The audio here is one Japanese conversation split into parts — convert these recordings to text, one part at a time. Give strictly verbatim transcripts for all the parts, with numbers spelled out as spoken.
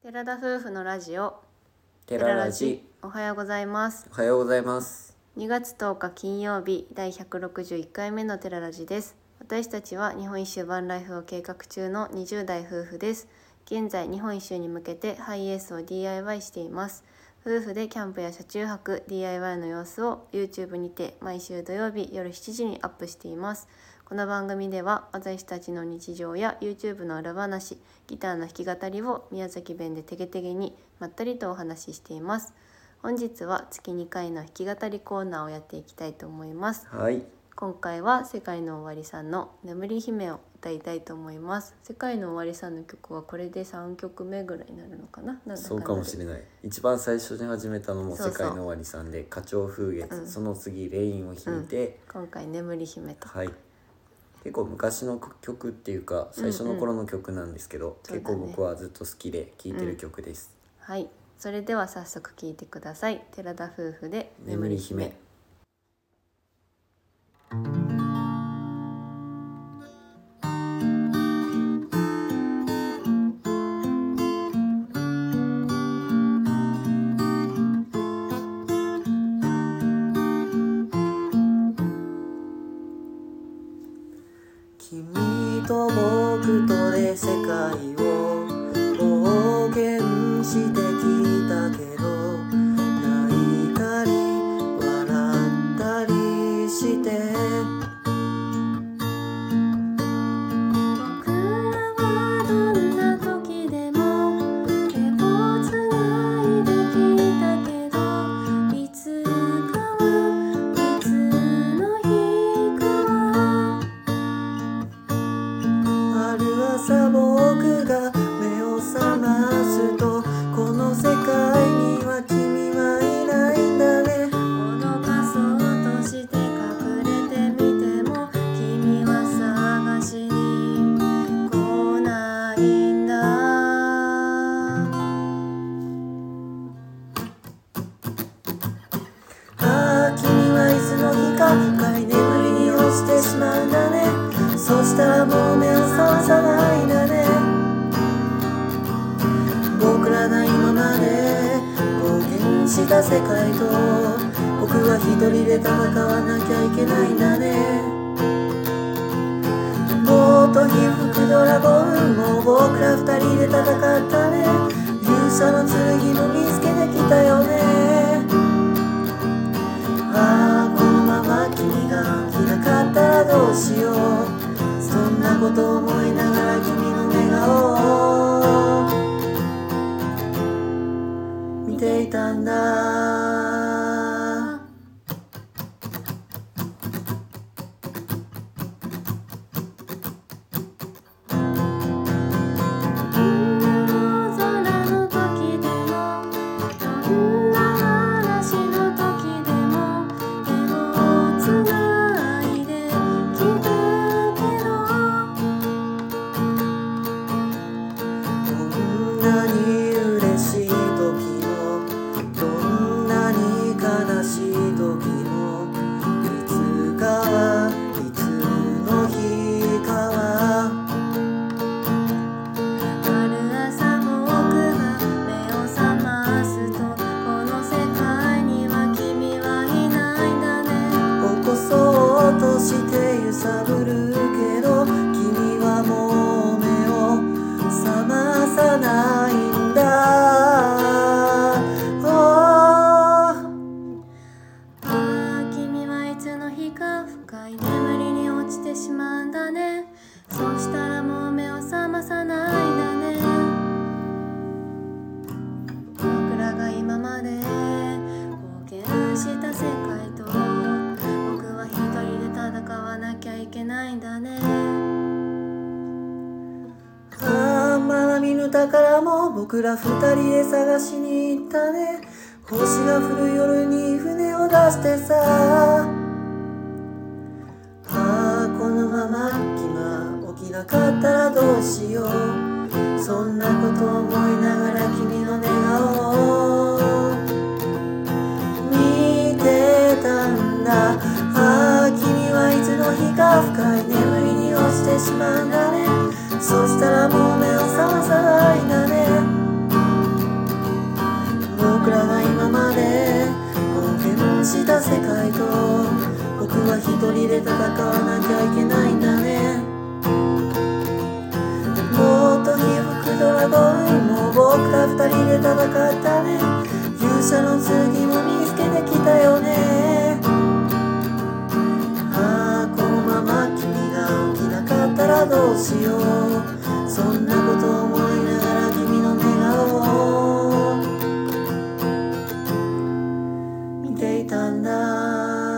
寺田夫婦のラジオテララジ。 おはようございます。 おはようございます。 にがつとおか金曜日だいひゃくろくじゅういっかいめのテララジです。私たちは日本一周バンライフを計画中のにじゅうだい夫婦です。現在日本一周に向けてハイエースを ディーアイワイ しています。夫婦でキャンプや車中泊 ディーアイワイ の様子を YouTube にて毎週土曜日夜しちじにアップしています。この番組では私たちの日常や YouTube の裏話、ギターの弾き語りを宮崎弁でてげてげにまったりとお話ししています。本日は月にかいの弾き語りコーナーをやっていきたいと思います。 はい。 今回は世界の終わりさんの眠り姫を歌いたいと思います。世界の終わりさんの曲はこれでさんきょくめぐらいになるのかな。なんだかんだでそうかもしれない。一番最初に始めたのもそうそう世界の終わりさんで花鳥風月、 うんその次レインを弾いて、 今回眠り姫と、 はい。結構昔の曲っていうか最初の頃の曲なんですけど、 うんうん結構僕はずっと好きで聴いてる曲です。 はい、それでは早速聴いてください。寺田夫婦で眠り姫。君と僕とで世界を冒険してきたけど、泣いたり笑ったりして僕らはどんな時でも手をつないできたけど、いつかはいつの日かはある朝僕が目を覚ますと、この世界には君はいないんだね。 脅かそうとして隠れてみても君は探しに来ないんだ。 ああ、君はいつの日か深い眠りに落ちてしまうんだね。そしたらもう目を覚まさないんだね。僕らが今まで冒険した世界と僕は一人で戦わなきゃいけないんだね。もっと被服ドラゴンも僕ら二人で戦ったね。勇者の剣も見つけてきたよね。ああ、このまま君がいなかったらどうしよう。そんなこと思いながら君の寝顔を見ていたんだ。 空の時でもどんな嵐の時でも手をつないできたけど、 どんなに嬉しい時もどんなに悲しい時も、いつかはいつの日かはある朝僕が目を覚ますとこの世界には君はいないんだね。 起こそうとして揺さぶるけど、君はもう目を覚まさないんだ。おーああ、君はいつの日か深い眠りに落ちてしまうんだね。そしたらもう目を覚まさないんだね。僕らが今まで冒険した世界と僕は一人で戦わなきゃいけないんだね。 ああ、まだ見ぬ宝も僕ら二人で探しに行ったね。星が降る夜に船を出してさ、ああ、このまま今起きなかったらどうしよう。そんなこと思いながら君の寝顔を見てたんだ。ああ、君はいつの日か深い眠りに落ちてしまうんだね。そしたらもう目を覚まさないんだね。 人で戦わなきゃいけないんだね。もっと起伏ドラゴンもう僕ら二人で戦ったね。勇者の次も見つけてきたよね。ああこのまま君が起きなかったらどうしよう。そんなこと思いながら君の寝顔を見ていたんだ。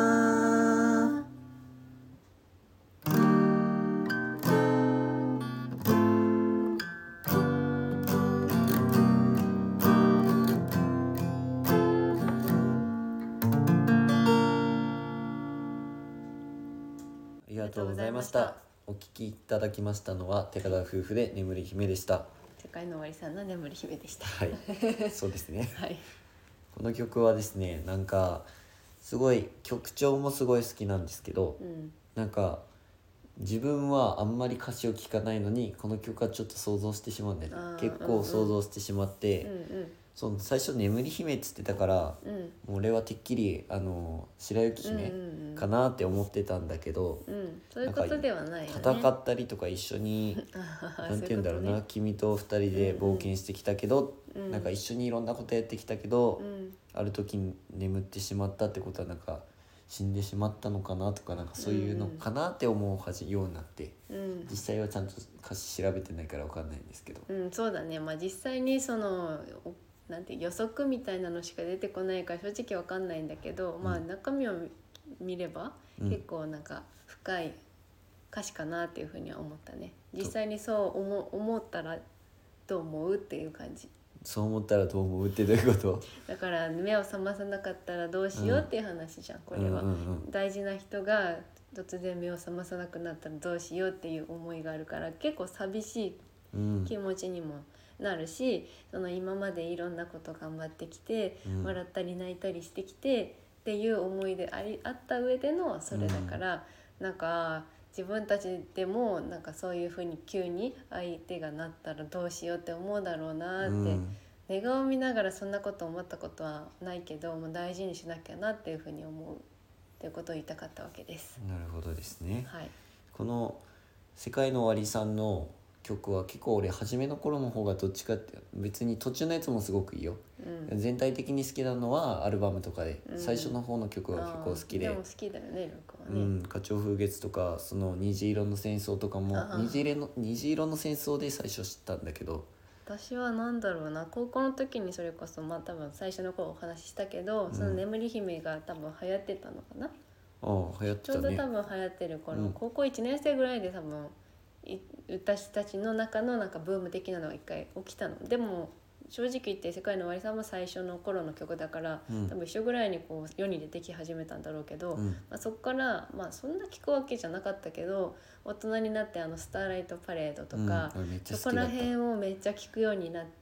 ありがとうございました。お聞きいただきましたのは寺田夫婦で眠り姫でした。 世界の終わりさんの眠り姫でした。 はい、そうですね。 はい。 この曲はですね、なんかすごい曲調もすごい好きなんですけど、 うん、 なんか自分はあんまり歌詞を聞かないのにこの曲はちょっと想像してしまうんだよね。結構想像してしまって、 うんうん、 その最初眠り姫っつってたから、 うん、 もう俺はてっきりあの白雪姫かなって思ってたんだけど、 うんうん、そういうことではないよね。 戦ったりとか一緒になんて言うんだろうな、君と二人で冒険してきたけど、 うんうん、 なんか一緒にいろんなことやってきたけど、 うん、 ある時に眠ってしまったってことはなんか死んでしまったのかなとか、なんかそういうのかなって思うはじようになって、うん、実際はちゃんと歌詞調べてないから分かんないんですけど、 うん、そうだね。まあ実際にそのなんて予測みたいなのしか出てこないから正直わかんないんだけど、うん、まあ中身を見れば結構なんか深い歌詞かなっていうふうには思ったね。実際にそう思思ったらどう思うっていう感じ。 そう思ったらどう思うってどういうこと？ だから目を覚まさなかったらどうしようっていう話じゃん、これは、 うんうんうん、 大事な人が突然目を覚まさなくなったらどうしようっていう思いがあるから結構寂しい気持ちにもなるし、うん、その今までいろんなこと頑張ってきて、うん、笑ったり泣いたりしてきてっていう思いでありあった上でのそれだから、うん、なんか自分たちでもなんかそういう風に急に相手がなったらどうしようって思うだろうなって、うん、寝顔見ながらそんなこと思ったことはないけどもう大事にしなきゃなっていう風に思うっていうことを言いたかったわけです。 なるほどですね、 はい、 この世界の終わりさんの曲は結構俺初めの頃の方がどっちかって別に途中のやつもすごくいいよ、うん、全体的に好きなのはアルバムとかで、うん、最初の方の曲は結構好きで、 でも好きだよね、ルクはね、 うん、花鳥風月とかその虹色の戦争とかも虹色の、虹色の戦争で最初知ったんだけど、 私はなんだろうな、高校の時にそれこそまあ多分最初の頃お話ししたけど、うん、その眠り姫が多分流行ってたのかな、 ああ流行ってたね、 ちょうど多分流行ってる頃、うん、高校いちねん生ぐらいで多分私たちの中のなんかブーム的なのが一回起きたの。でも正直言って世界の終わりさんも最初の頃の曲だから、うん、多分一緒ぐらいにこう世に出てき始めたんだろうけど、うんまあ、そこからまあそんな聞くわけじゃなかったけど大人になってあのスターライトパレードとか、うん、そこら辺をめっちゃ聞くようになって、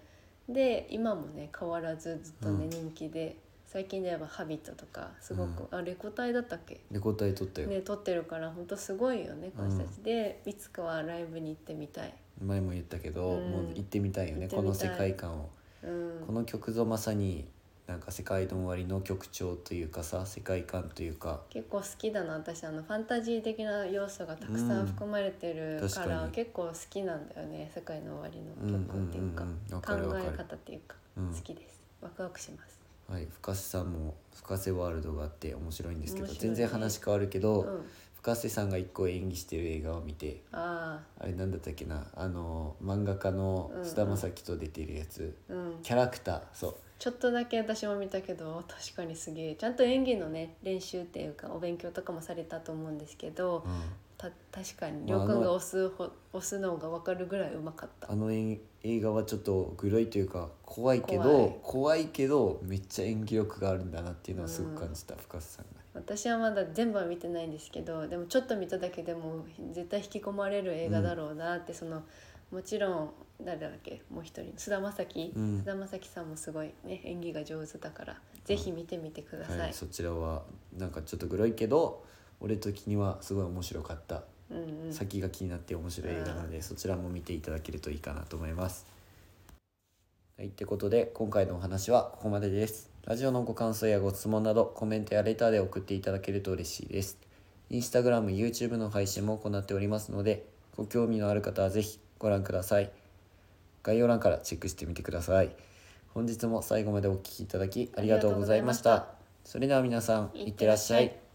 で今もね変わらずずっとね、うん、人気で、最近で言えばハビットとかすごく、うん、あレコ大だったっけ、 レコ大撮ったよ、 ね、撮ってるから本当すごいよねこの人たち、うん、でいつかはライブに行ってみたい。 前も言ったけど、うん、もう行ってみたいよねこの世界観を、うん、この曲ぞまさになんか世界の終わりの曲調というかさ、世界観というか結構好きだな私。あのファンタジー的な要素がたくさん含まれてるから、うん、結構好きなんだよね世界の終わりの曲っていうか、うんうんうんうん、考え方っていうか、うん、好きです。ワクワクします。 はい、深瀬さんも深瀬ワールドがあって面白いんですけど、ね、全然話変わるけど、うん、深瀬さんが一個演技してる映画を見て、ああれなんだったっけな、あの漫画家の菅田将暉と出てるやつ、うんうん、キャラクター、そうちょっとだけ私も見たけど確かにすげえちゃんと演技のね練習っていうかお勉強とかもされたと思うんですけど、うん、た確かにりょうくんが押す、まあ、押すのが分かるぐらいうまかった。 あの映画はちょっとグロいというか怖いけど怖い、怖いけどめっちゃ演技力があるんだなっていうのはすごく感じた、うん、深瀬さんが。 私はまだ全部は見てないんですけど、でもちょっと見ただけでも絶対引き込まれる映画だろうなって、うん、そのもちろん誰だっけもう一人菅田将暉、うん、菅田将暉さんもすごいね演技が上手だからぜひ見てみてください、はい、 そちらはなんかちょっとグロいけど俺的にはすごい面白かった、うんうん、先が気になって面白い映画なのでそちらも見ていただけるといいかなと思います。はい、ってことで今回のお話はここまでです。ラジオのご感想やご質問などコメントやレターで送っていただけると嬉しいです。 インスタグラム、YouTube の配信も行っておりますので、ご興味のある方はぜひご覧ください。概要欄からチェックしてみてください。本日も最後までお聞きいただきありがとうございました。それでは皆さん、いってらっしゃい。